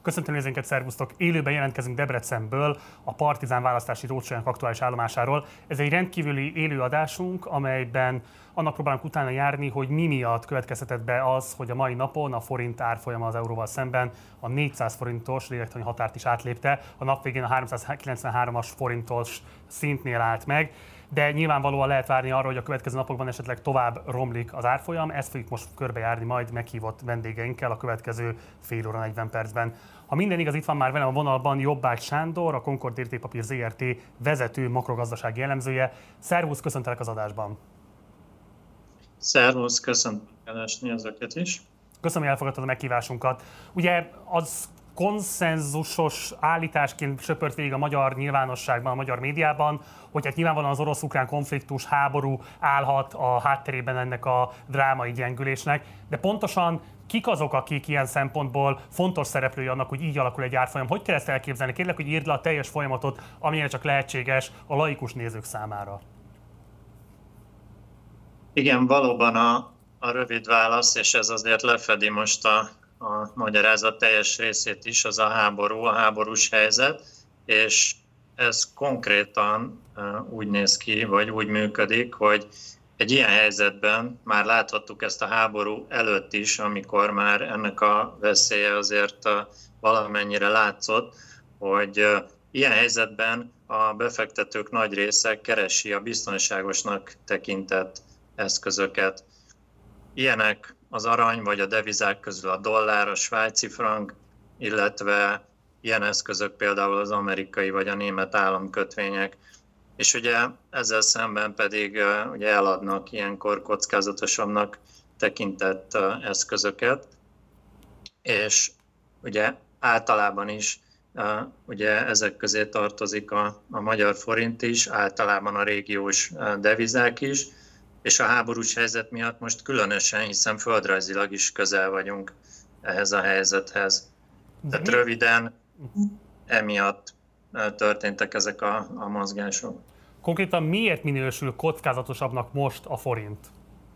Köszöntöm nézőinket, szervusztok! Élőben jelentkezünk Debrecenből, a Partizán választási roadshow-jának aktuális állomásáról. Ez egy rendkívüli élőadásunk, amelyben annak próbálunk utána járni, hogy mi miatt következtetett be az, hogy a mai napon a forint árfolyama az euróval szemben a 400 forintos lélektani határt is átlépte, a nap végén a 393-as forintos szintnél állt meg. De nyilvánvalóan lehet várni arra, hogy a következő napokban esetleg tovább romlik az árfolyam. Ezt fogjuk most körbejárni majd meghívott vendégeinkkel a következő fél óra 40 percben. Ha minden igaz, itt van már velem a vonalban Jobbágy Sándor, a Concord Értékpapír Zrt. Vezető makrogazdasági elemzője. Szervusz, köszöntelek az adásban! Szervusz, köszöntöm ezeket is. Köszönöm, hogy elfogadtad a meghívásunkat. Ugye az konszenzusos állításként söpört végig a magyar nyilvánosságban, a magyar médiában, hogy hát nyilvánvalóan az orosz-ukrán konfliktus, háború állhat a hátterében ennek a drámai gyengülésnek, de pontosan kik azok, akik ilyen szempontból fontos szereplői annak, hogy így alakul egy árfolyam? Hogy kell ezt elképzelni? Kérlek, hogy írd le a teljes folyamatot, amilyen csak lehetséges a laikus nézők számára. Igen, valóban a rövid válasz, és ez azért lefedi most a magyarázat teljes részét is, az a háborús helyzet, és ez konkrétan úgy néz ki, vagy úgy működik, hogy egy ilyen helyzetben már láthattuk ezt a háború előtt is, amikor már ennek a veszélye azért valamennyire látszott, hogy ilyen helyzetben a befektetők nagy része keresi a biztonságosnak tekintett eszközöket. Ilyenek az arany vagy a devizák közül a dollár, a svájci frank, illetve ilyen eszközök például az amerikai vagy a német államkötvények. És ugye ezzel szemben pedig ugye eladnak ilyenkor kockázatosabbnak tekintett eszközöket, és ugye általában is ugye ezek közé tartozik a magyar forint is, általában a régiós devizák is, és a háborús helyzet miatt most különösen, hiszen földrajzilag is közel vagyunk ehhez a helyzethez. Tehát röviden emiatt történtek ezek a mozgások. Konkrétan miért minősül kockázatosabbnak most a forint?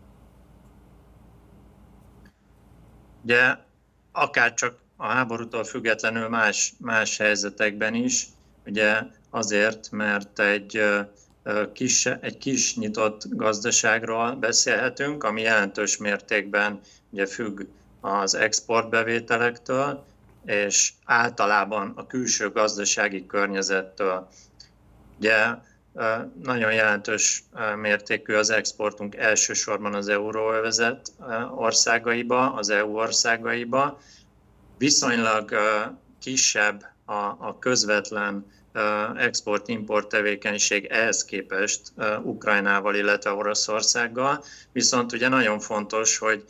Ugye akárcsak a háborútól függetlenül más helyzetekben is, ugye azért, mert egy kis nyitott gazdaságról beszélhetünk, ami jelentős mértékben ugye függ az exportbevételektől, és általában a külső gazdasági környezettől. Ugye nagyon jelentős mértékű az exportunk elsősorban az euróövezet országaiba, az EU országaiba. Viszonylag kisebb a közvetlen export-import tevékenység ehhez képest Ukrajnával, illetve Oroszországgal, viszont ugye nagyon fontos, hogy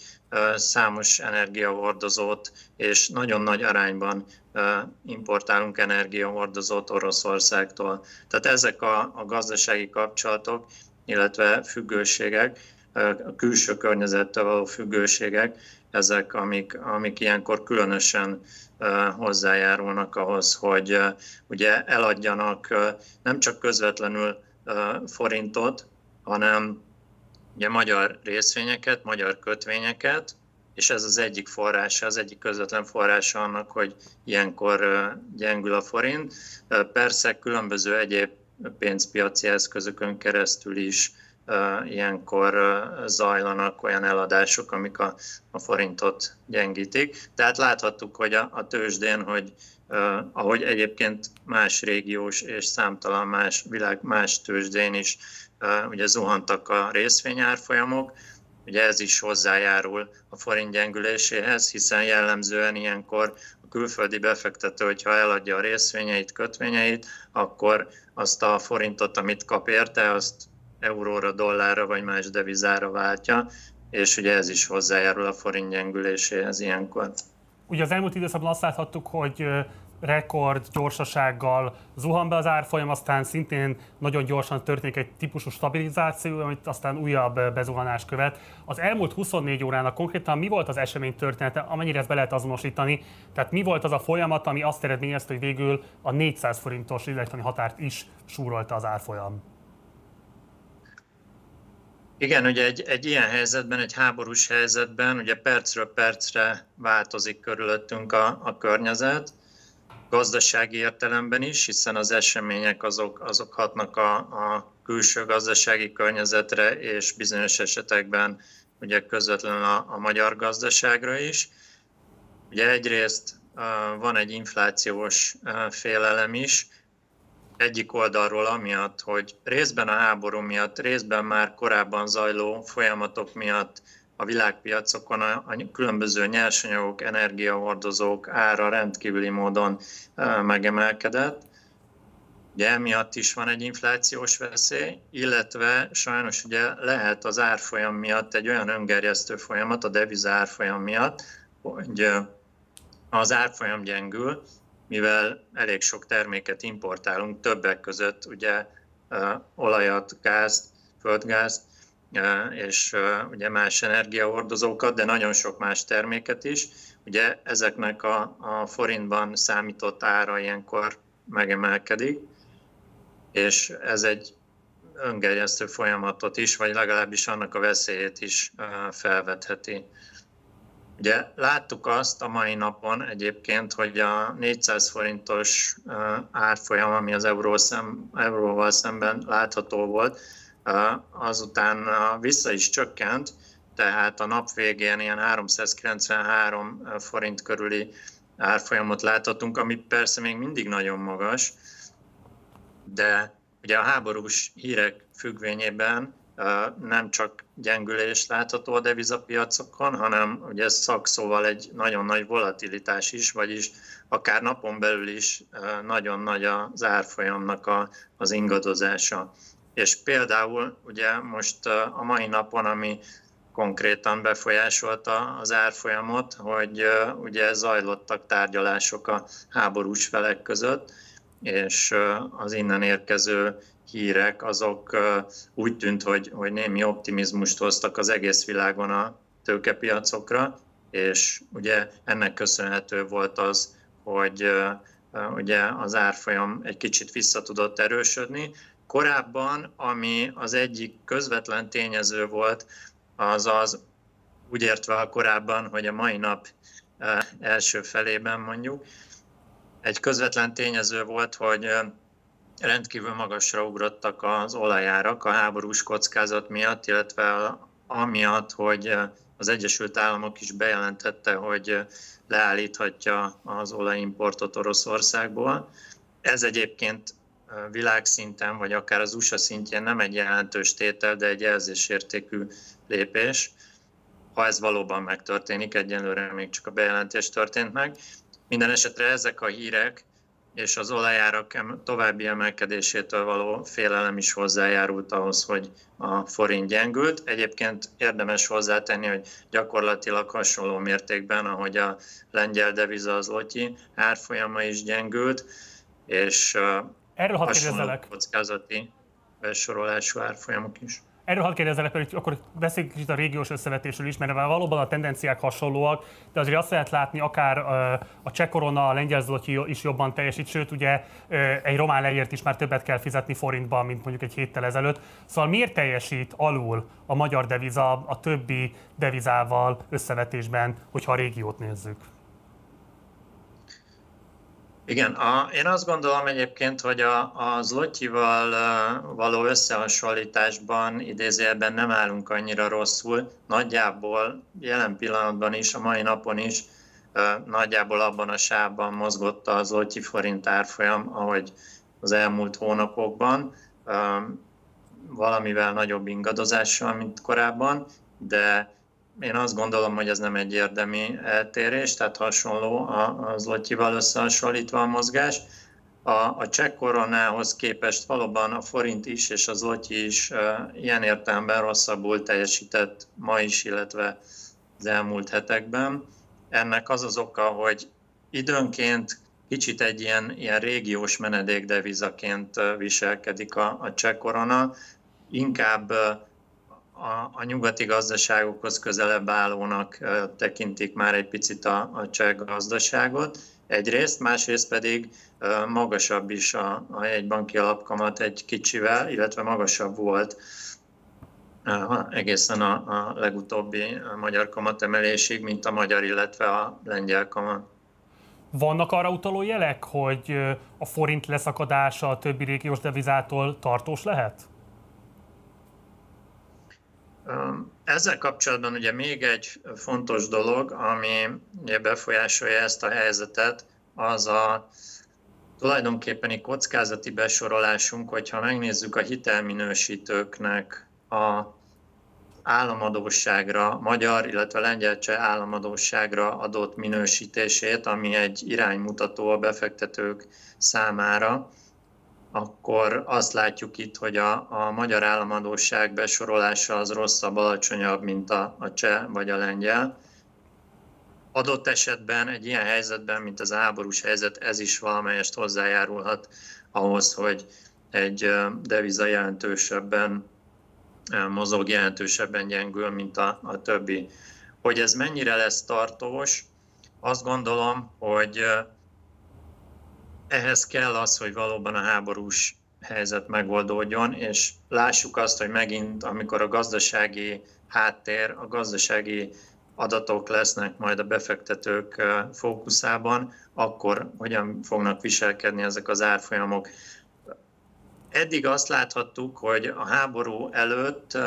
számos energiahordozót és nagyon nagy arányban importálunk energiahordozót Oroszországtól. Tehát ezek a gazdasági kapcsolatok, illetve függőségek, a külső környezettel való függőségek, ezek, amik ilyenkor különösen hozzájárulnak ahhoz, hogy ugye eladjanak nem csak közvetlenül forintot, hanem ugye magyar részvényeket, magyar kötvényeket, és ez az egyik forrása, az egyik közvetlen forrása annak, hogy ilyenkor gyengül a forint. Persze különböző egyéb pénzpiaci eszközökön keresztül is ilyenkor zajlanak olyan eladások, amik a forintot gyengítik. Tehát láthattuk, hogy a tőzsdén, hogy ahogy egyébként más régiós és számtalan világ más tőzsdén is ugye zuhantak a részvényárfolyamok, ugye ez is hozzájárul a forint gyengüléséhez, hiszen jellemzően ilyenkor a külföldi befektető, hogyha eladja a részvényeit, kötvényeit, akkor azt a forintot, amit kap érte, azt euróra, dollárra vagy más devizára váltja, és ugye ez is hozzájárul a forint gyengüléséhez ilyenkor. Ugye az elmúlt időszakban azt láthattuk, hogy rekord gyorsasággal zuhan be az árfolyam, aztán szintén nagyon gyorsan történik egy típusú stabilizáció, amit aztán újabb bezuhanás követ. Az elmúlt 24 órának konkrétan mi volt az esemény története, amennyire ezt be lehet azonosítani? Tehát mi volt az a folyamat, ami azt eredményezte, hogy végül a 400 forintos lélektani határt is súrolta az árfolyam? Igen, ugye egy ilyen helyzetben, egy háborús helyzetben, ugye percről percre változik körülöttünk a környezet, gazdasági értelemben is, hiszen az események azok hatnak a külső gazdasági környezetre, és bizonyos esetekben ugye közvetlenül a magyar gazdaságra is. Ugye egyrészt van egy inflációs félelem is, egyik oldalról amiatt, hogy részben a háború miatt, részben már korábban zajló folyamatok miatt a világpiacokon a különböző nyersanyagok, energiahordozók ára rendkívüli módon megemelkedett. Ugye emiatt is van egy inflációs veszély, illetve sajnos ugye lehet az árfolyam miatt egy olyan öngerjesztő folyamat, a deviza árfolyam miatt, hogy az árfolyam gyengül, mivel elég sok terméket importálunk, többek között ugye olajat, gázt, földgázt, és ugye más energiahordozókat, de nagyon sok más terméket is. Ugye ezeknek a forintban számított ára ilyenkor megemelkedik, és ez egy öngerjesztő folyamatot is, vagy legalábbis annak a veszélyét is felvetheti. Ugye láttuk azt a mai napon egyébként, hogy a 400 forintos árfolyam, ami az euróval szemben látható volt, azután vissza is csökkent, tehát a nap végén ilyen 393 forint körüli árfolyamot láthatunk, ami persze még mindig nagyon magas, de ugye a háborús hírek függvényében nem csak gyengülés látható a devizapiacokon, hanem ugye szakszóval egy nagyon nagy volatilitás is, vagyis akár napon belül is nagyon nagy az árfolyamnak az ingadozása. És például ugye most a mai napon, ami konkrétan befolyásolta az árfolyamot, hogy ugye zajlottak tárgyalások a háborús felek között, és az innen érkező hírek azok úgy tűnt, hogy némi optimizmust hoztak az egész világon a tőkepiacokra, és ugye ennek köszönhető volt az, hogy ugye az árfolyam egy kicsit vissza tudott erősödni. Korábban, ami az egyik közvetlen tényező volt, az úgy értve korábban, hogy a mai nap első felében mondjuk, egy közvetlen tényező volt, hogy rendkívül magasra ugrottak az olajárak a háborús kockázat miatt, illetve amiatt, hogy az Egyesült Államok is bejelentette, hogy leállíthatja az olajimportot Oroszországból. Ez egyébként világszinten, vagy akár az USA szintjén nem egy jelentős tétel, de egy jelzésértékű lépés. Ha ez valóban megtörténik, egyelőre még csak a bejelentés történt meg. Minden esetre ezek a hírek és az olajárak további emelkedésétől való félelem is hozzájárult ahhoz, hogy a forint gyengült. Egyébként érdemes hozzátenni, hogy gyakorlatilag hasonló mértékben, ahogy a lengyel deviza, az zloty árfolyama is gyengült, és erről hadd hasonló kockázati besorolású árfolyamok is. Erről hadd kérdezzelek, hogy akkor beszéljünk kicsit a régiós összevetésről is, mert valóban a tendenciák hasonlóak, de azért azt lehet látni, akár a cseh korona, a lengyel zloty is jobban teljesít, sőt ugye egy román lejért is már többet kell fizetni forintban, mint mondjuk egy héttel ezelőtt. Szóval miért teljesít alul a magyar deviza a többi devizával összevetésben, hogyha a régiót nézzük? Igen, én azt gondolom egyébként, hogy a zlotyival való összehasonlításban idézőjelben nem állunk annyira rosszul. Nagyjából jelen pillanatban is, a mai napon is nagyjából abban a sávban mozgott a zlotyi forint árfolyam, ahogy az elmúlt hónapokban, valamivel nagyobb ingadozással, mint korábban, de én azt gondolom, hogy ez nem egy érdemi eltérés, tehát hasonló a zlotyival összehasonlítva a mozgás. A cseh koronához képest valóban a forint is és a zlotyi is ilyen értelemben rosszabbul teljesített ma is, illetve az elmúlt hetekben. Ennek az az oka, hogy időnként kicsit egy ilyen régiós menedékdevizaként viselkedik a cseh korona, inkább a nyugati gazdaságokhoz közelebb állónak tekintik már egy picit a cseh gazdaságot egyrészt, másrészt pedig magasabb is a jegybanki alapkamat egy kicsivel, illetve magasabb volt egészen a legutóbbi magyar kamatemelésig, mint a magyar, illetve a lengyel kamat. Vannak arra utaló jelek, hogy a forint leszakadása a többi régiós devizától tartós lehet? Ezzel kapcsolatban ugye még egy fontos dolog, ami ugye befolyásolja ezt a helyzetet, az a tulajdonképpeni kockázati besorolásunk, hogyha megnézzük a hitelminősítőknek a államadósságra, magyar, illetve lengyel cseh államadósságra adott minősítését, ami egy iránymutató a befektetők számára, akkor azt látjuk itt, hogy a magyar államadósság besorolása az rosszabb, alacsonyabb, mint a cseh vagy a lengyel. Adott esetben, egy ilyen helyzetben, mint az háborús helyzet, ez is valamelyest hozzájárulhat ahhoz, hogy egy deviza jelentősebben mozog, jelentősebben gyengül, mint a többi. Hogy ez mennyire lesz tartós, azt gondolom, hogy ehhez kell az, hogy valóban a háborús helyzet megoldódjon, és lássuk azt, hogy megint, amikor a gazdasági háttér, a gazdasági adatok lesznek majd a befektetők fókuszában, akkor hogyan fognak viselkedni ezek az árfolyamok. Eddig azt láthattuk, hogy a háború előtt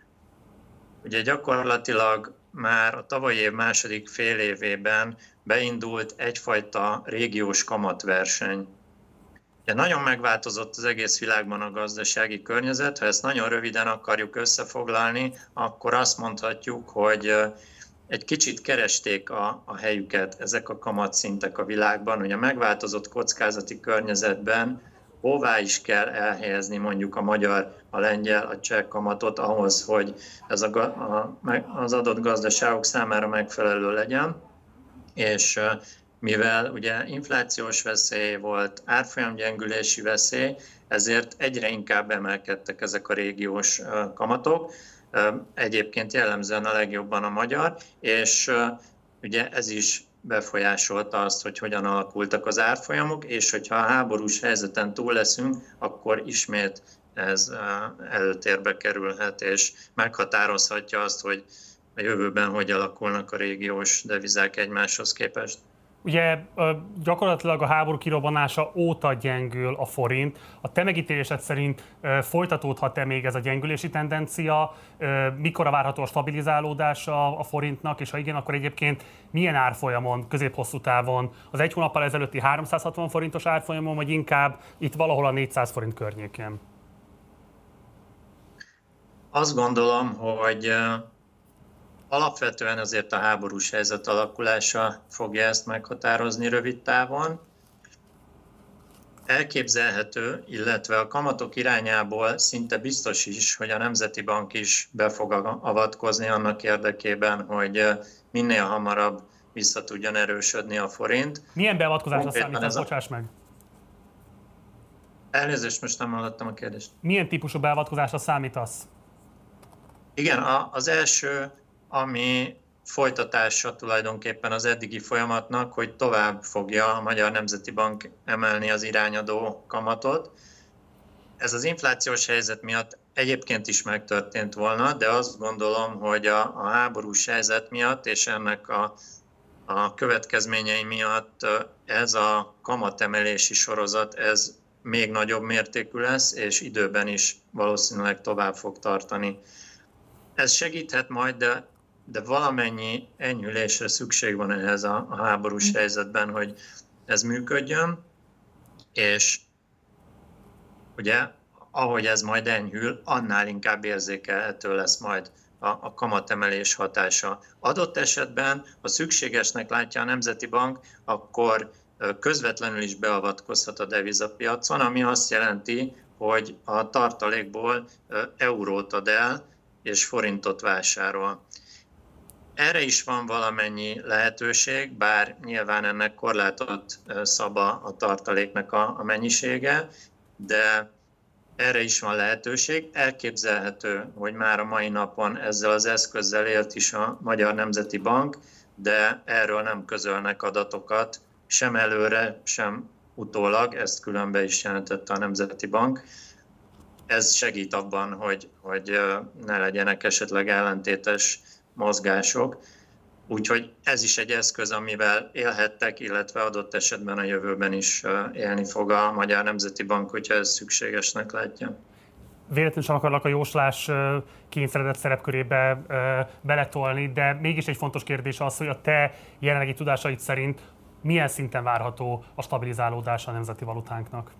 ugye gyakorlatilag már a tavalyi év második fél évében beindult egyfajta régiós kamatverseny. Ugye nagyon megváltozott az egész világban a gazdasági környezet, ha ezt nagyon röviden akarjuk összefoglalni, akkor azt mondhatjuk, hogy egy kicsit keresték a helyüket ezek a kamatszintek a világban, hogy a megváltozott kockázati környezetben hová is kell elhelyezni mondjuk a magyar, a lengyel, a cseh kamatot ahhoz, hogy ez az adott gazdaságok számára megfelelő legyen. És mivel ugye inflációs veszély volt, árfolyamgyengülési veszély, ezért egyre inkább emelkedtek ezek a régiós kamatok. Egyébként jellemzően a legjobban a magyar, és ugye ez is befolyásolta azt, hogy hogyan alakultak az árfolyamok, és hogyha a háborús helyzeten túl leszünk, akkor ismét ez előtérbe kerülhet, és meghatározhatja azt, hogy a jövőben hogy alakulnak a régiós devizák egymáshoz képest. Ugye gyakorlatilag a háború kirobbanása óta gyengül a forint. A te megítélésed szerint folytatódhat-e még ez a gyengülési tendencia? Mikorra várható a stabilizálódása a forintnak? És ha igen, akkor egyébként milyen árfolyamon, közép-hosszú távon? Az egy hónappal ezelőtti 360 forintos árfolyamon, vagy inkább itt valahol a 400 forint környékén? Azt gondolom, hogy alapvetően azért a háborús helyzet alakulása fogja ezt meghatározni rövid távon. Elképzelhető, illetve a kamatok irányából szinte biztos is, hogy a Nemzeti Bank is be fog avatkozni annak érdekében, hogy minél hamarabb vissza tudjon erősödni a forint. Milyen beavatkozásra számítasz? Bocsáss meg! Elnézést, most nem hallottam a kérdést. Milyen típusú beavatkozásra számítasz? Igen, az első, ami folytatása tulajdonképpen az eddigi folyamatnak, hogy tovább fogja a Magyar Nemzeti Bank emelni az irányadó kamatot. Ez az inflációs helyzet miatt egyébként is megtörtént volna, de azt gondolom, hogy a háborús helyzet miatt és ennek a következményei miatt ez a kamatemelési sorozat, ez még nagyobb mértékű lesz, és időben is valószínűleg tovább fog tartani. Ez segíthet majd, de valamennyi enyhülésre szükség van ehhez a háborús helyzetben, hogy ez működjön, és ugye ahogy ez majd enyhül, annál inkább érzékelhető lesz majd a kamatemelés hatása. Adott esetben, ha szükségesnek látja a Nemzeti Bank, akkor közvetlenül is beavatkozhat a devizapiacon, ami azt jelenti, hogy a tartalékból eurót ad el, és forintot vásárol. Erre is van valamennyi lehetőség, bár nyilván ennek korlátot szab a tartaléknak a mennyisége, de erre is van lehetőség. Elképzelhető, hogy már a mai napon ezzel az eszközzel élt is a Magyar Nemzeti Bank, de erről nem közölnek adatokat, sem előre, sem utólag, ezt különbe is jelentette a Nemzeti Bank. Ez segít abban, hogy ne legyenek esetleg ellentétes mozgások. Úgyhogy ez is egy eszköz, amivel élhettek, illetve adott esetben a jövőben is élni fog a Magyar Nemzeti Bank, hogyha ez szükségesnek látja. Véletlenül sem akarlak a jóslás kényszeredett szerepkörébe beletolni, de mégis egy fontos kérdés az, hogy a te jelenlegi tudásaid szerint milyen szinten várható a stabilizálódása a nemzeti valutánknak?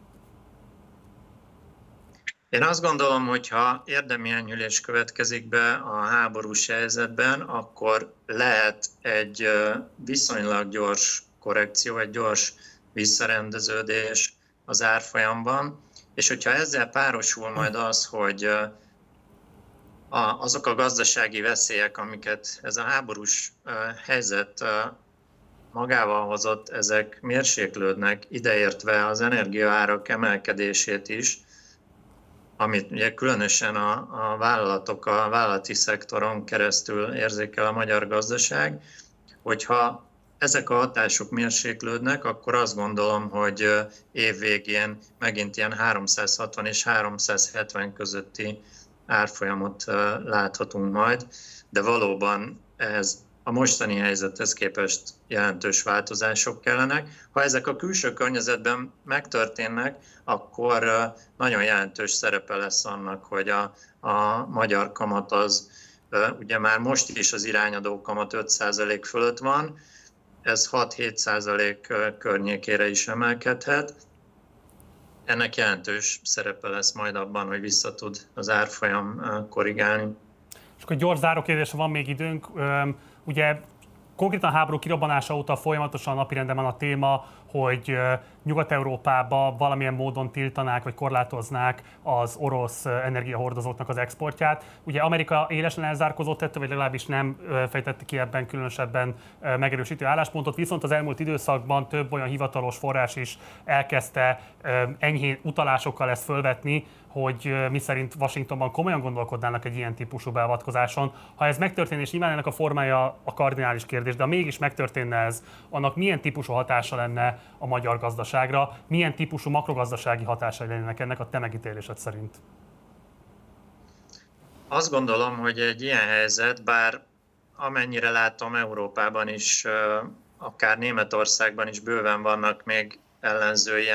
Én azt gondolom, hogy ha érdemi enyhülés következik be a háborús helyzetben, akkor lehet egy viszonylag gyors korrekció, egy gyors visszarendeződés az árfolyamban, és hogyha ezzel párosul majd az, hogy azok a gazdasági veszélyek, amiket ez a háborús helyzet magával hozott, ezek mérséklődnek, ideértve az energiaárak emelkedését is, amit ugye különösen a vállalatok, a vállalati szektoron keresztül érzékel a magyar gazdaság, hogyha ezek a hatások mérséklődnek, akkor azt gondolom, hogy év végén megint ilyen 360 és 370 közötti árfolyamot láthatunk majd, de valóban ez a mostani helyzethez képest jelentős változások kellenek. Ha ezek a külső környezetben megtörténnek, akkor nagyon jelentős szerepe lesz annak, hogy a magyar kamat az, ugye már most is az irányadó kamat 5% fölött van, ez 6-7% környékére is emelkedhet. Ennek jelentős szerepe lesz majd abban, hogy vissza tud az árfolyam korrigálni. És akkor gyors záró kérdésre van még időnk. Ugye konkrétan a háború kirobbanása óta folyamatosan napirenden van a téma, hogy Nyugat-Európába valamilyen módon tiltanák vagy korlátoznák az orosz energiahordozóknak az exportját. Ugye Amerika élesen elzárkózott ettől, vagy legalábbis nem fejtette ki ebben különösebben megerősítő álláspontot, viszont az elmúlt időszakban több olyan hivatalos forrás is elkezdte enyhén utalásokkal ezt fölvetni, hogy miszerint Washingtonban komolyan gondolkodnának egy ilyen típusú beavatkozáson. Ha ez megtörténne, és nyilván ennek a formája a kardinális kérdés, de ha mégis megtörténne ez, annak milyen típusú hatása lenne a magyar gazdaságra, milyen típusú makrogazdasági hatásai lennének ennek a te megítélésed szerint? Azt gondolom, hogy egy ilyen helyzet, bár amennyire látom Európában is, akár Németországban is bőven vannak még ellenzői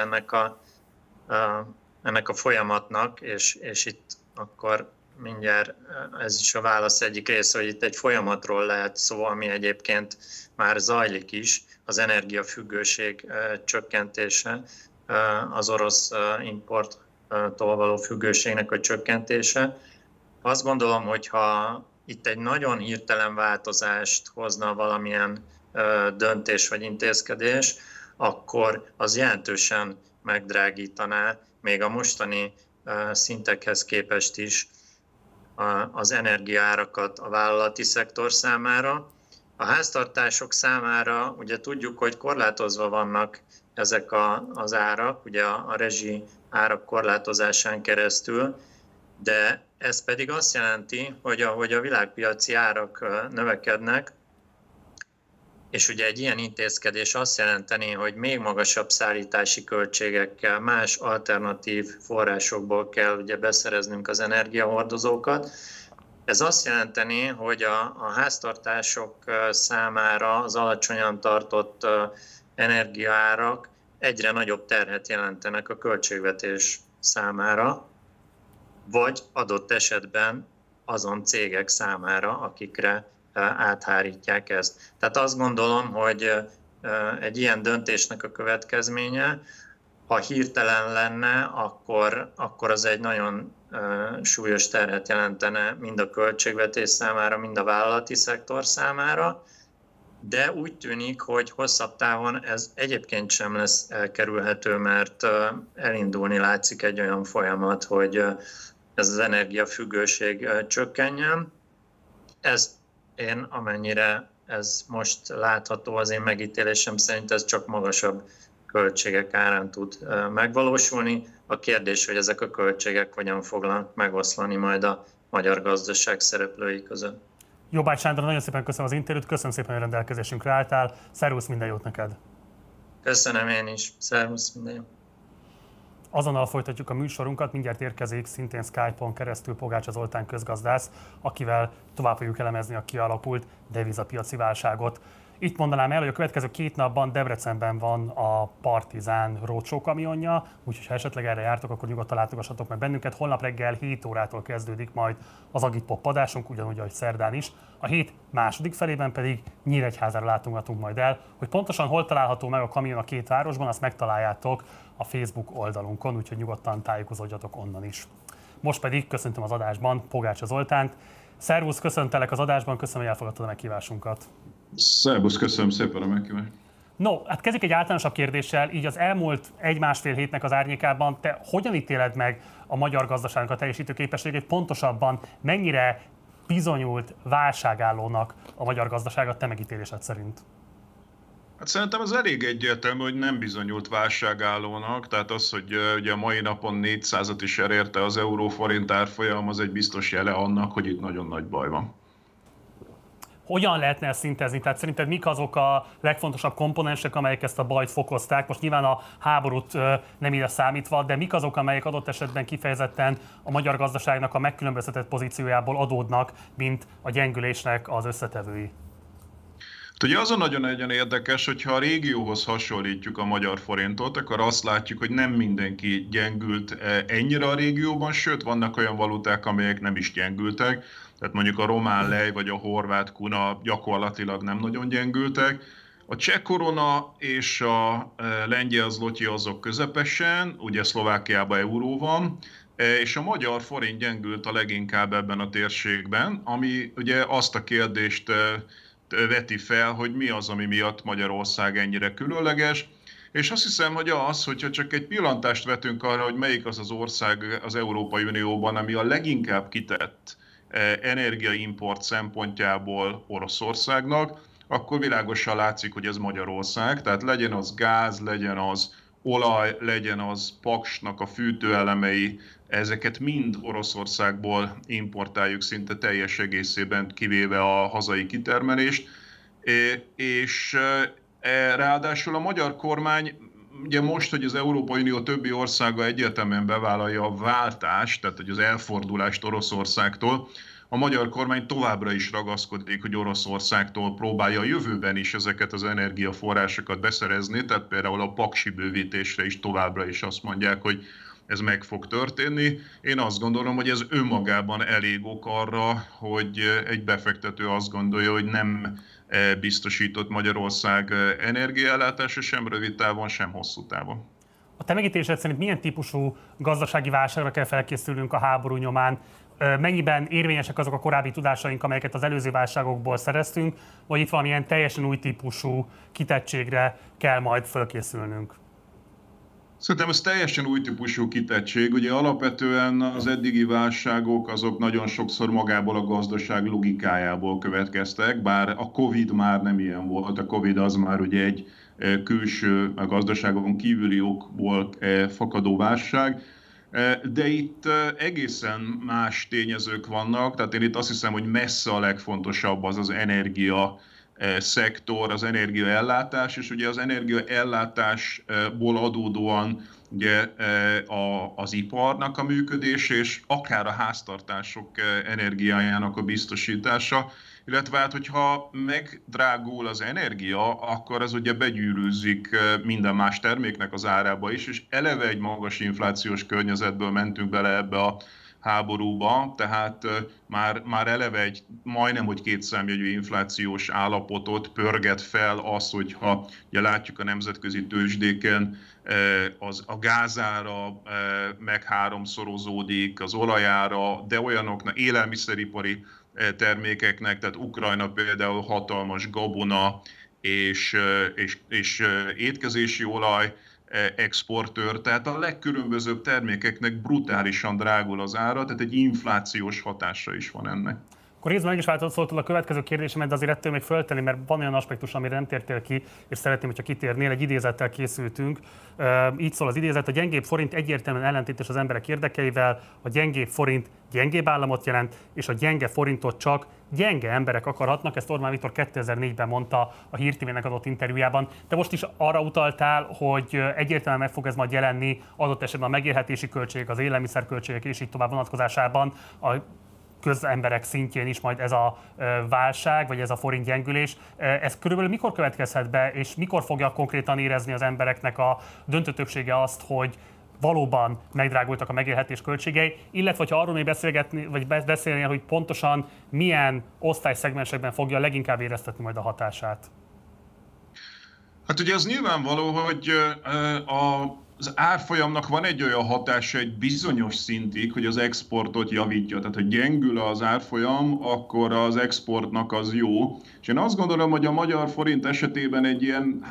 ennek a folyamatnak, és itt akkor mindjárt ez is a válasz egyik része, hogy itt egy folyamatról lehet szó, ami egyébként már zajlik is, az energiafüggőség csökkentése, az orosz importtól való függőségnek a csökkentése. Azt gondolom, hogy ha itt egy nagyon hirtelen változást hozna valamilyen döntés vagy intézkedés, akkor az jelentősen megdrágítaná még a mostani szintekhez képest is az energiaárakat a vállalati szektor számára. A háztartások számára ugye tudjuk, hogy korlátozva vannak ezek az árak, ugye a rezsi árak korlátozásán keresztül, de ez pedig azt jelenti, hogy ahogy a világpiaci árak növekednek, és ugye egy ilyen intézkedés azt jelenteni, hogy még magasabb szállítási költségekkel, más alternatív forrásokból kell ugye beszereznünk az energiahordozókat. Ez azt jelenteni, hogy a háztartások számára az alacsonyan tartott energiaárak egyre nagyobb terhet jelentenek a költségvetés számára, vagy adott esetben azon cégek számára, akikre áthárítják ezt. Tehát azt gondolom, hogy egy ilyen döntésnek a következménye, ha hirtelen lenne, akkor az egy nagyon súlyos terhet jelentene mind a költségvetés számára, mind a vállalati szektor számára, de úgy tűnik, hogy hosszabb távon ez egyébként sem lesz elkerülhető, mert elindulni látszik egy olyan folyamat, hogy ez az energiafüggőség csökkenjen. Ez én, amennyire ez most látható, az én megítélésem szerint ez csak magasabb költségek árán tud megvalósulni. A kérdés, hogy ezek a költségek hogyan fognak megoszlani majd a magyar gazdaság szereplői között. Jobbágy Sándor, nagyon szépen köszönöm az interjút, köszönöm szépen, hogy rendelkezésünkre álltál. Szervusz, minden jót neked! Köszönöm én is, szervusz, minden jót! Azonnal folytatjuk a műsorunkat, mindjárt érkezik szintén Skype-on keresztül Pogácsa Zoltán közgazdász, akivel tovább fogjuk elemezni a kialakult devizapiaci válságot. Itt mondanám el, hogy a következő 2 napban Debrecenben van a Partizán roadshow kamionja, úgyhogy ha esetleg erre jártok, akkor nyugodtan látogassatok meg bennünket. Holnap reggel 7 órától kezdődik majd az Agitpop adásunk, ugyanúgy, ahogy szerdán is. A hét második felében pedig Nyíregyházára látogatunk majd el. Hogy pontosan hol található meg a kamion a 2 városban, azt megtaláljátok a Facebook oldalunkon, úgyhogy nyugodtan tájékozódjatok onnan is. Most pedig köszöntöm az adásban Pogácsa Zoltánt. Szervusz, köszöntelek az adásban, köszönöm, hogy elfogadtad a meghívásunkat. Szervusz, köszönöm szépen a meghívást. No, hát kezdjük egy általánosabb kérdéssel. Így az elmúlt 1-1,5 hétnek az árnyékában te hogyan ítéled meg a magyar gazdaságnak a teljesítő képességét? Pontosabban mennyire bizonyult válságállónak a magyar gazdaság a te megítélésed szerint? Hát szerintem az elég egyértelmű, hogy nem bizonyult válságállónak, tehát az, hogy ugye a mai napon 400-at is elérte az euró-forint árfolyam, az egy biztos jele annak, hogy itt nagyon nagy baj van. Hogyan lehetne ezt szintezni? Tehát szerinted mik azok a legfontosabb komponensek, amelyek ezt a bajt fokozták? Most nyilván a háborút nem ide számítva, de mik azok, amelyek adott esetben kifejezetten a magyar gazdaságnak a megkülönböztetett pozíciójából adódnak, mint a gyengülésnek az összetevői? Ugye az a nagyon érdekes, hogyha a régióhoz hasonlítjuk a magyar forintot, akkor azt látjuk, hogy nem mindenki gyengült ennyire a régióban, sőt vannak olyan valuták, amelyek nem is gyengültek. Tehát mondjuk a román lej vagy a horvát kuna gyakorlatilag nem nagyon gyengültek. A cseh korona és a lengyel zloty azok közepesen, ugye Szlovákiában euró van, és a magyar forint gyengült a leginkább ebben a térségben, ami ugye azt a kérdést veti fel, hogy mi az, ami miatt Magyarország ennyire különleges. És azt hiszem, hogy hogyha csak egy pillantást vetünk arra, hogy melyik az az ország az Európai Unióban, ami a leginkább kitett energiaimport szempontjából Oroszországnak, akkor világosan látszik, hogy ez Magyarország. Tehát legyen az gáz, legyen az olaj, legyen az paksnak a fűtőelemei, ezeket mind Oroszországból importáljuk szinte teljes egészében, kivéve a hazai kitermelést. És ráadásul a magyar kormány, ugye most, hogy az Európai Unió többi országa egyértelműen bevállalja a váltást, tehát hogy az elfordulást Oroszországtól, a magyar kormány továbbra is ragaszkodik, hogy Oroszországtól próbálja a jövőben is ezeket az energiaforrásokat beszerezni, tehát például a paksi bővítésre is továbbra is azt mondják, hogy ez meg fog történni. Én azt gondolom, hogy ez önmagában elég ok arra, hogy egy befektető azt gondolja, hogy nem biztosított Magyarország energiaellátása sem rövid távon, sem hosszú távon. A te megítélésed szerint milyen típusú gazdasági válságra kell felkészülnünk a háború nyomán? Mennyiben érvényesek azok a korábbi tudásaink, amelyeket az előző válságokból szereztünk, vagy itt valamilyen teljesen új típusú kitettségre kell majd felkészülnünk? Szerintem ez teljesen új típusú kitettség. Ugye alapvetően az eddigi válságok azok nagyon sokszor magából a gazdaság logikájából következtek, bár a Covid már nem ilyen volt. A Covid az már ugye egy külső, a gazdaságon kívüli okból fakadó válság. De itt egészen más tényezők vannak, tehát én itt azt hiszem, hogy messze a legfontosabb az energia szektor, az energiaellátás, és ugye az energiaellátásból adódóan ugye az iparnak a működése, és akár a háztartások energiájának a biztosítása, illetve hát, hogyha megdrágul az energia, akkor az ugye begyűrűzik minden más terméknek az árába is, és eleve egy magas inflációs környezetből mentünk bele ebbe a háborúba, tehát már eleve egy majdnem hogy kétszámjegyű inflációs állapotot pörget fel az, hogyha ugye látjuk a nemzetközi tőzsdéken, a gázára meg háromszorozódik, az olajára, de olyanoknak, élelmiszeripari termékeknek, tehát Ukrajna például hatalmas gabona és étkezési olaj exportőr, tehát a legkülönbözőbb termékeknek brutálisan drágul az ára, tehát egy inflációs hatása is van ennek. Akkor részben meg is változott a következő kérdésemet, de azért ettől még föltenni, mert van olyan aspektus, amire nem tértél ki, és szeretném, hogyha kitérnél, egy idézettel készültünk. Így szól az idézet: a gyengébb forint egyértelműen ellentétes az emberek érdekeivel, a gyengébb forint gyengébb államot jelent, és a gyenge forintot csak gyenge emberek akarhatnak. Ezt Orbán Viktor 2004-ben mondta a Hír TV-nek adott interjújában. Te most is arra utaltál, hogy egyértelműen meg fog ez majd jelenni adott esetben a megélhetési költségek, az élelmiszerköltségek és így tovább vonatkozásában, a közemberek szintjén is majd ez a válság, vagy ez a forint gyengülés. Ez körülbelül mikor következhet be, és mikor fogja konkrétan érezni az embereknek a döntő többsége azt, hogy valóban megdrágultak a megélhetés költségei, illetve ha arról még beszélnél, hogy pontosan milyen osztályszegmensekben fogja leginkább éreztetni majd a hatását? Hát ugye az nyilvánvaló, hogy az árfolyamnak van egy olyan hatása egy bizonyos szintig, hogy az exportot javítja. Tehát, ha gyengül az árfolyam, akkor az exportnak az jó. És én azt gondolom, hogy a magyar forint esetében egy ilyen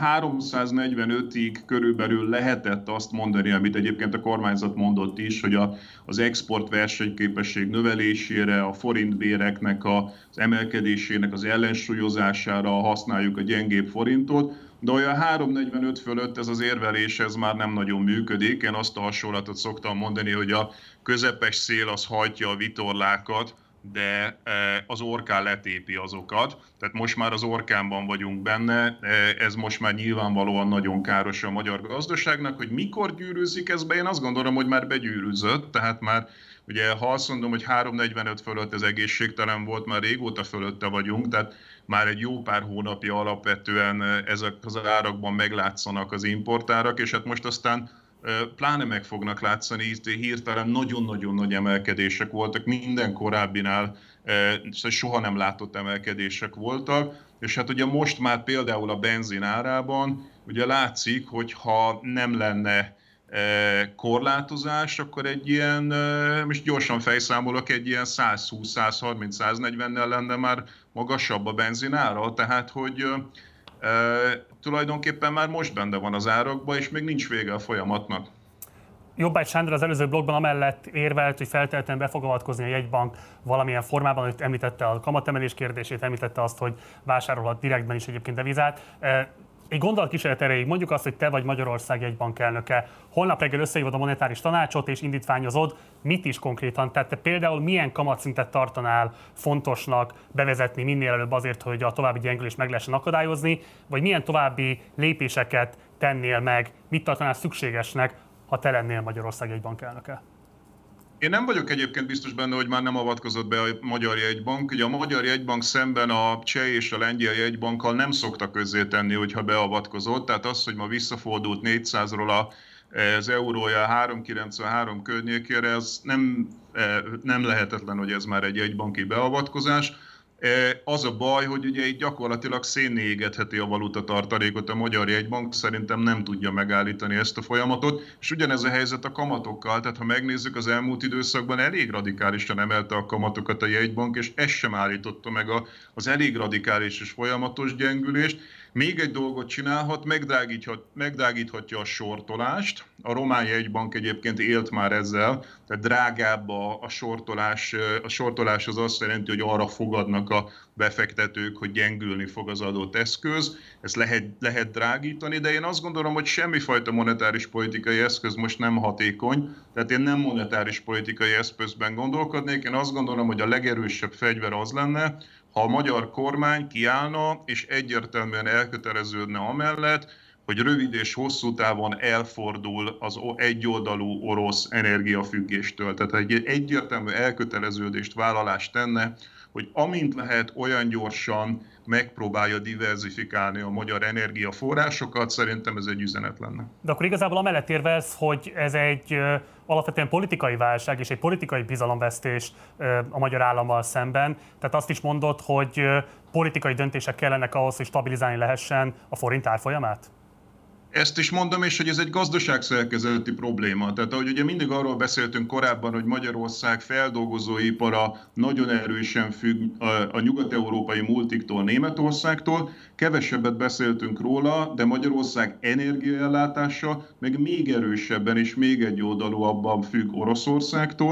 345-ig körülbelül lehetett azt mondani, amit egyébként a kormányzat mondott is, hogy az export versenyképesség növelésére, a forintbéreknek az emelkedésének az ellensúlyozására használjuk a gyengébb forintot. De olyan 3,45 fölött ez az érvelés ez már nem nagyon működik. Én azt a hasonlatot szoktam mondani, hogy a közepes szél az hajtja a vitorlákat, de az orkán letépi azokat. Tehát most már az orkánban vagyunk benne, ez most már nyilvánvalóan nagyon káros a magyar gazdaságnak. Hogy mikor gyűrűzik ez be, én azt gondolom, hogy már begyűrűzött, tehát már ugye, ha azt mondom, hogy 3,45 fölött ez egészségtelen volt, már régóta fölötte vagyunk, tehát már egy jó pár hónapja alapvetően ezek az árakban meglátszanak az importárak, és hát most aztán pláne meg fognak látszani, hirtelen nagyon-nagyon nagy emelkedések voltak, minden korábbinál soha nem látott emelkedések voltak, és hát ugye most már például a benzin árában ugye látszik, hogy ha nem lenne korlátozás, akkor egy ilyen, most gyorsan fejszámolok, egy ilyen 120-130-140-nel lenne már magasabb a benzinára, tehát hogy tulajdonképpen már most benne van az árakban, és még nincs vége a folyamatnak. Jobbágy Sándor az előző blogban amellett érvelt, hogy feltétlenül be fog avatkozni a jegybank valamilyen formában, hogy említette a kamatemelés kérdését, említette azt, hogy vásárolhat direktben is egyébként devizát. Egy gondolatkísérlet erejéig mondjuk azt, hogy te vagy Magyarország jegybank elnöke. Holnap reggel összehívod a monetáris tanácsot és indítványozod, mit is konkrétan? Tehát te például milyen kamatszintet tartanál fontosnak bevezetni minél előbb azért, hogy a további gyengülést meg lehessen akadályozni, vagy milyen további lépéseket tennél meg, mit tartanál szükségesnek, ha te lennél Magyarország jegybank elnöke? Én nem vagyok egyébként biztos benne, hogy már nem avatkozott be a Magyar Jegybank. Ugye a Magyar Jegybank szemben a cseh és a lengyel jegybankkal nem szokta közzétenni, hogyha beavatkozott. Tehát az, hogy ma visszafordult 400-ról az eurója 3,93 környékére, az nem lehetetlen, hogy ez már egy jegybanki beavatkozás. Az a baj, hogy ugye itt gyakorlatilag szénné égetheti a valutatartalékot a Magyar Jegybank, szerintem nem tudja megállítani ezt a folyamatot, és ugyanez a helyzet a kamatokkal, tehát ha megnézzük, az elmúlt időszakban elég radikálisan emelte a kamatokat a jegybank, és ez sem állította meg az elég radikális és folyamatos gyengülést. Még egy dolgot csinálhat, megdrágíthatja a sortolást. A román jegybank egyébként élt már ezzel, tehát drágább a sortolás. A sortolás az azt jelenti, hogy arra fogadnak a befektetők, hogy gyengülni fog az adott eszköz. Ezt lehet drágítani, de én azt gondolom, hogy semmifajta monetáris politikai eszköz most nem hatékony. Tehát én nem monetáris politikai eszközben gondolkodnék. Én azt gondolom, hogy a legerősebb fegyver az lenne, ha a magyar kormány kiállna és egyértelműen elköteleződne amellett, hogy rövid és hosszú távon elfordul az egyoldalú orosz energiafüggéstől. Tehát egy egyértelmű elköteleződést, vállalást tenne, hogy amint lehet, olyan gyorsan megpróbálja diverzifikálni a magyar energiaforrásokat, szerintem ez egy üzenet lenne. De akkor igazából amellett érvelsz, hogy ez egy alapvetően politikai válság és egy politikai bizalomvesztés a magyar állammal szemben. Tehát azt is mondod, hogy politikai döntések kellenek ahhoz, hogy stabilizálni lehessen a forint árfolyamát? Ezt is mondom, és hogy ez egy gazdaságszerkezeti probléma. Tehát ahogy ugye mindig arról beszéltünk korábban, hogy Magyarország feldolgozóipara nagyon erősen függ a nyugat-európai multiktól, Németországtól, kevesebbet beszéltünk róla, de Magyarország energiaellátása meg még erősebben és még egyoldalúabban függ Oroszországtól.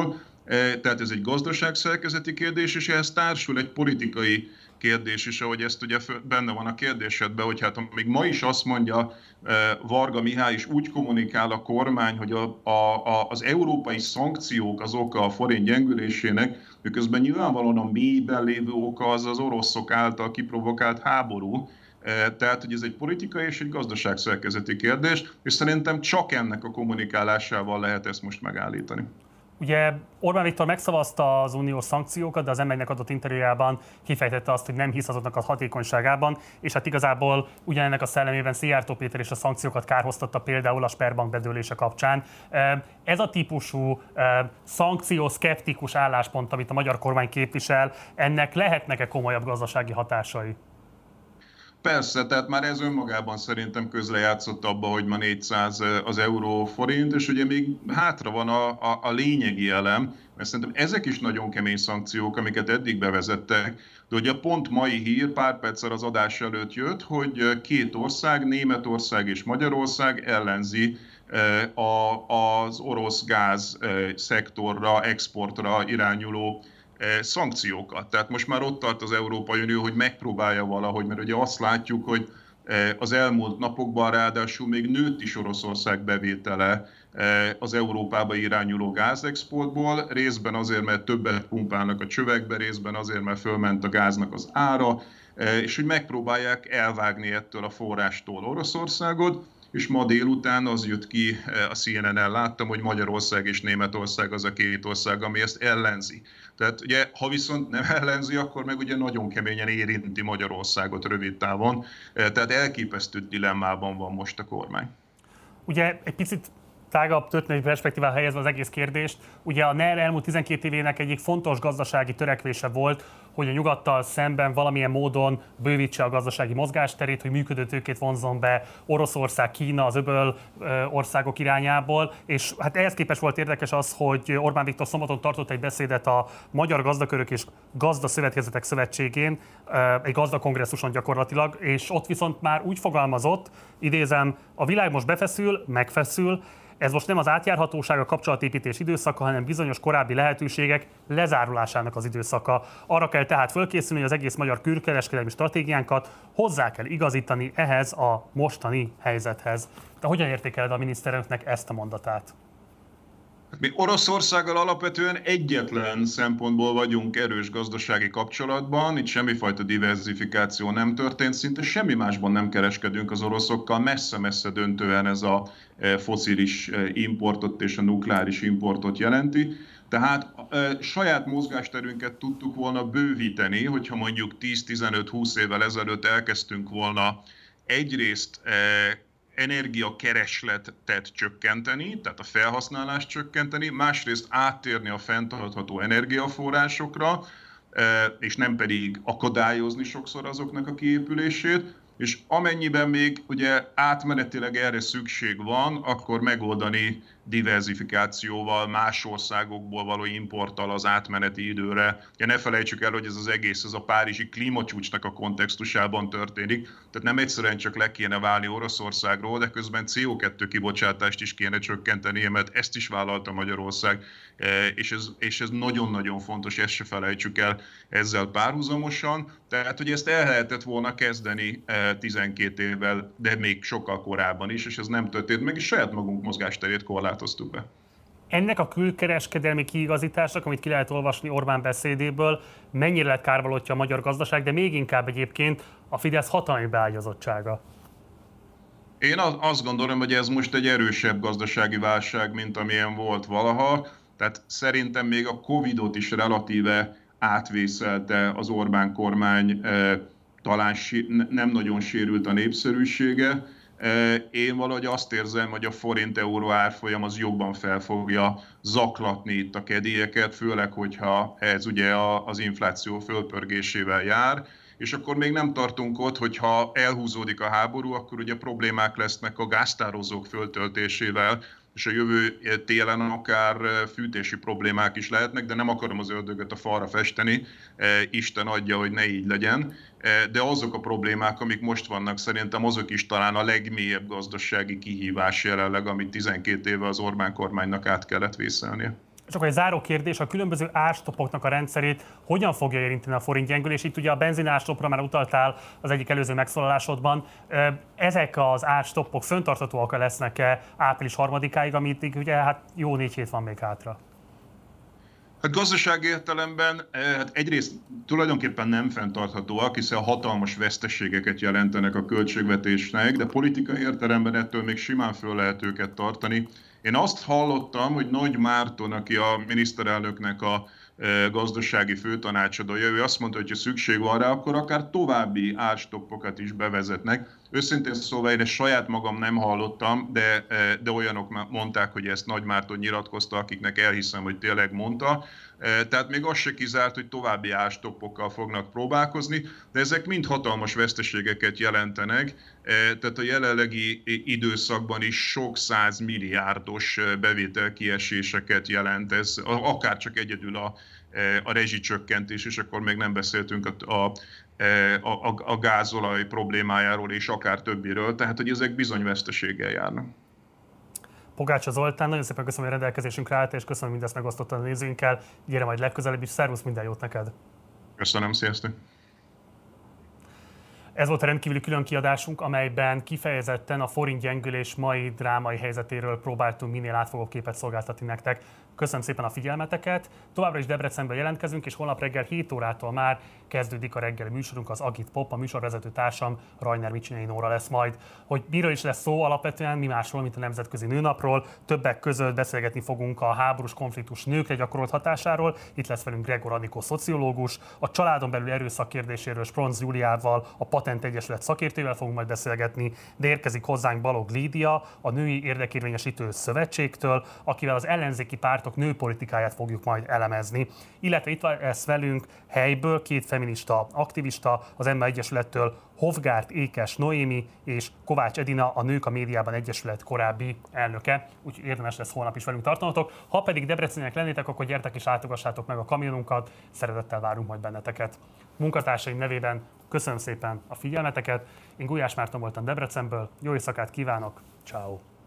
Tehát ez egy gazdaságszerkezeti kérdés, és ehhez társul egy politikai kérdés is, ahogy ezt ugye benne van a kérdésedben, hogy hát még ma is azt mondja Varga Mihály, is úgy kommunikál a kormány, hogy az európai szankciók az oka a forint gyengülésének, miközben nyilvánvalóan a mélyben lévő oka az az oroszok által kiprovokált háború. Tehát, hogy ez egy politikai és egy gazdaságszerkezeti kérdés, és szerintem csak ennek a kommunikálásával lehet ezt most megállítani. Ugye Orbán Viktor megszavazta az uniós szankciókat, de az M1-nek adott interjújában kifejtette azt, hogy nem hisz azoknak a hatékonyságában, és hát igazából ugyanennek a szellemében Szijjártó Péter is a szankciókat kárhoztatta például a Sberbank bedőlése kapcsán. Ez a típusú szankció-szkeptikus álláspont, amit a magyar kormány képvisel, ennek lehetnek-e komolyabb gazdasági hatásai? Persze, tehát már ez önmagában szerintem közrejátszott abba, hogy ma 400 az euró forint, és ugye még hátra van a lényegi elem, mert szerintem ezek is nagyon kemény szankciók, amiket eddig bevezettek, de ugye pont mai hír, pár perccel az adás előtt jött, hogy két ország, Németország és Magyarország ellenzi az orosz gáz szektorra, exportra irányuló szankciókat. Tehát most már ott tart az Európai Unió, hogy megpróbálja valahogy, mert ugye azt látjuk, hogy az elmúlt napokban ráadásul még nőtt is Oroszország bevétele az Európába irányuló gázexportból, részben azért, mert többet pumpálnak a csövekbe, részben azért, mert fölment a gáznak az ára, és hogy megpróbálják elvágni ettől a forrástól Oroszországot, és ma délután az jött ki, a CNN-en láttam, hogy Magyarország és Németország az a két ország, ami ezt ellenzi. Tehát ugye, ha viszont nem ellenzi, akkor meg ugye nagyon keményen érinti Magyarországot rövid távon. Tehát elképesztő dilemmában van most a kormány. Ugye egy picit tágabb történelmi perspektívára helyezve az egész kérdést, ugye a NER elmúlt 12 évének egyik fontos gazdasági törekvése volt, hogy a nyugattal szemben valamilyen módon bővítse a gazdasági mozgásterét, hogy működő tőkét vonzzon be Oroszország, Kína, az öböl országok irányából, és hát ehhez képest volt érdekes az, hogy Orbán Viktor szombaton tartott egy beszédet a Magyar Gazdakörök és Gazdaszövetkezetek Szövetségén, egy gazdakongresszuson gyakorlatilag, és ott viszont már úgy fogalmazott, idézem, a világ most befeszül, megfeszül, ez most nem az átjárhatóság, a kapcsolatépítés időszaka, hanem bizonyos korábbi lehetőségek lezárulásának az időszaka. Arra kell tehát fölkészülni, hogy az egész magyar külkereskedelmi stratégiánkat hozzá kell igazítani ehhez a mostani helyzethez. De hogyan értékeled a miniszterelnöknek ezt a mondatát? Mi Oroszországgal alapvetően egyetlen szempontból vagyunk erős gazdasági kapcsolatban, itt semmifajta diverzifikáció nem történt, szinte semmi másban nem kereskedünk az oroszokkal, messze-messze döntően ez a fosszilis importot és a nukleáris importot jelenti. Tehát saját mozgásterünket tudtuk volna bővíteni, hogyha mondjuk 10-15-20 évvel ezelőtt elkezdtünk volna egyrészt energiakeresletet csökkenteni, tehát a felhasználást csökkenteni, másrészt áttérni a fenntartható energiaforrásokra, és nem pedig akadályozni sokszor azoknak a kiépülését, és amennyiben még ugye átmenetileg erre szükség van, akkor megoldani diverzifikációval, más országokból való importtal az átmeneti időre. Ugye ne felejtsük el, hogy ez az egész, ez a párizsi klímacsúcsnak a kontextusában történik, tehát nem egyszerűen csak le kéne válni Oroszországról, de közben CO2 kibocsátást is kéne csökkenteni, mert ezt is vállalta Magyarország, és ez nagyon-nagyon fontos, ezt se felejtsük el ezzel párhuzamosan. Tehát, hogy ezt el lehetett volna kezdeni 12 évvel, de még sokkal korábban is, és ez nem történt meg, és saját magunk mozgásterét korlátoztuk be. Ennek a külkereskedelmi kiigazításnak, amit ki lehet olvasni Orbán beszédéből, mennyire lett kárvalótja a magyar gazdaság, de még inkább egyébként a Fidesz hatalmi beágyazottsága? Én azt gondolom, hogy ez most egy erősebb gazdasági válság, mint amilyen volt valaha. Tehát szerintem még a Covidot is relatíve átvészelte az Orbán kormány, talán nem nagyon sérült a népszerűsége. Én valahogy azt érzem, hogy a forint-euró árfolyam az jobban fel fogja zaklatni itt a kedélyeket, főleg, hogyha ez ugye az infláció fölpörgésével jár. És akkor még nem tartunk ott, hogyha elhúzódik a háború, akkor ugye problémák lesznek a gáztározók föltöltésével, és a jövő télen akár fűtési problémák is lehetnek, de nem akarom az ördögöt a falra festeni, Isten adja, hogy ne így legyen. De azok a problémák, amik most vannak, szerintem azok is talán a legmélyebb gazdasági kihívás jelenleg, amit 12 éve az Orbán kormánynak át kellett vészelnie. És akkor egy záró kérdés, a különböző árstoppoknak a rendszerét hogyan fogja érinteni a forint gyengülés? Itt ugye a benzinárstoppra már utaltál az egyik előző megszólalásodban. Ezek az árstoppok föntarthatóak lesznek-e április 3-áig, amit ugye hát jó 4 hét van még hátra? Hát gazdasági értelemben hát egyrészt tulajdonképpen nem fenntarthatóak, hiszen hatalmas veszteségeket jelentenek a költségvetésnek, de politikai értelemben ettől még simán föl lehet őket tartani. Én azt hallottam, hogy Nagy Márton, aki a miniszterelnöknek a gazdasági főtanácsadója, ő azt mondta, hogy ha szükség van rá, akkor akár további árstoppokat is bevezetnek. Őszintén szóval én ezt saját magam nem hallottam, de olyanok mondták, hogy ezt Nagy Márton nyilatkozta, akiknek elhiszem, hogy tényleg mondta. Tehát még az se kizárt, hogy további árstoppokkal fognak próbálkozni, de ezek mind hatalmas veszteségeket jelentenek. Tehát a jelenlegi időszakban is sok 100 milliárdos bevételkieséseket jelent ez, akár csak egyedül a rezsicsökkentés, és akkor még nem beszéltünk a gázolaj problémájáról és akár többiről, tehát hogy ezek bizony veszteséggel járnak. Pogácsa Zoltán, nagyon szépen köszönöm, hogy rendelkezésünkre állt, és köszönöm, hogy mindezt megosztottad a nézőinkkel. Gyere majd legközelebb is, szervusz, minden jót neked! Köszönöm, sziasztok! Ez volt a rendkívüli különkiadásunk, amelyben kifejezetten a forint gyengülés mai drámai helyzetéről próbáltunk minél átfogóbb képet szolgáltatni nektek. Köszönöm szépen a figyelmeteket, továbbra is Debrecenből jelentkezünk, és holnap reggel 7 órától már kezdődik a reggeli műsorunk, az Agit Pop, a műsorvezető társam Rajner Micsinyei Nóra lesz majd. Hogy miről is lesz szó alapvetően, mi másról, mint a Nemzetközi Nőnapról, többek között beszélgetni fogunk a háborús konfliktus nőkre gyakorolt hatásáról, itt lesz velünk Gregor Anikó szociológus, a családon belül erőszak kérdéséről Spronz Júliával, a Patent Egyesület szakértővel fogunk majd beszélgetni, de érkezik hozzánk Balog Lídia, a Női Érdekérvényesítő Szövetségtől, akivel az ellenzéki pártok nőpolitikáját fogjuk majd elemezni. Illetve itt lesz velünk helyből 2 feminista aktivista, az Emma Egyesülettől Hofgárt Ékes Noémi és Kovács Edina, a Nők a Médiában Egyesület korábbi elnöke. Úgyhogy érdemes lesz holnap is velünk tartanatok. Ha pedig debreceniek lennétek, akkor gyertek és látogassátok meg a kamionunkat, szeretettel várunk majd benneteket. Munkatársaim nevében köszönöm szépen a figyelmeteket. Én Gulyás Márton voltam Debrecenből, jó éjszakát kívánok, ciao.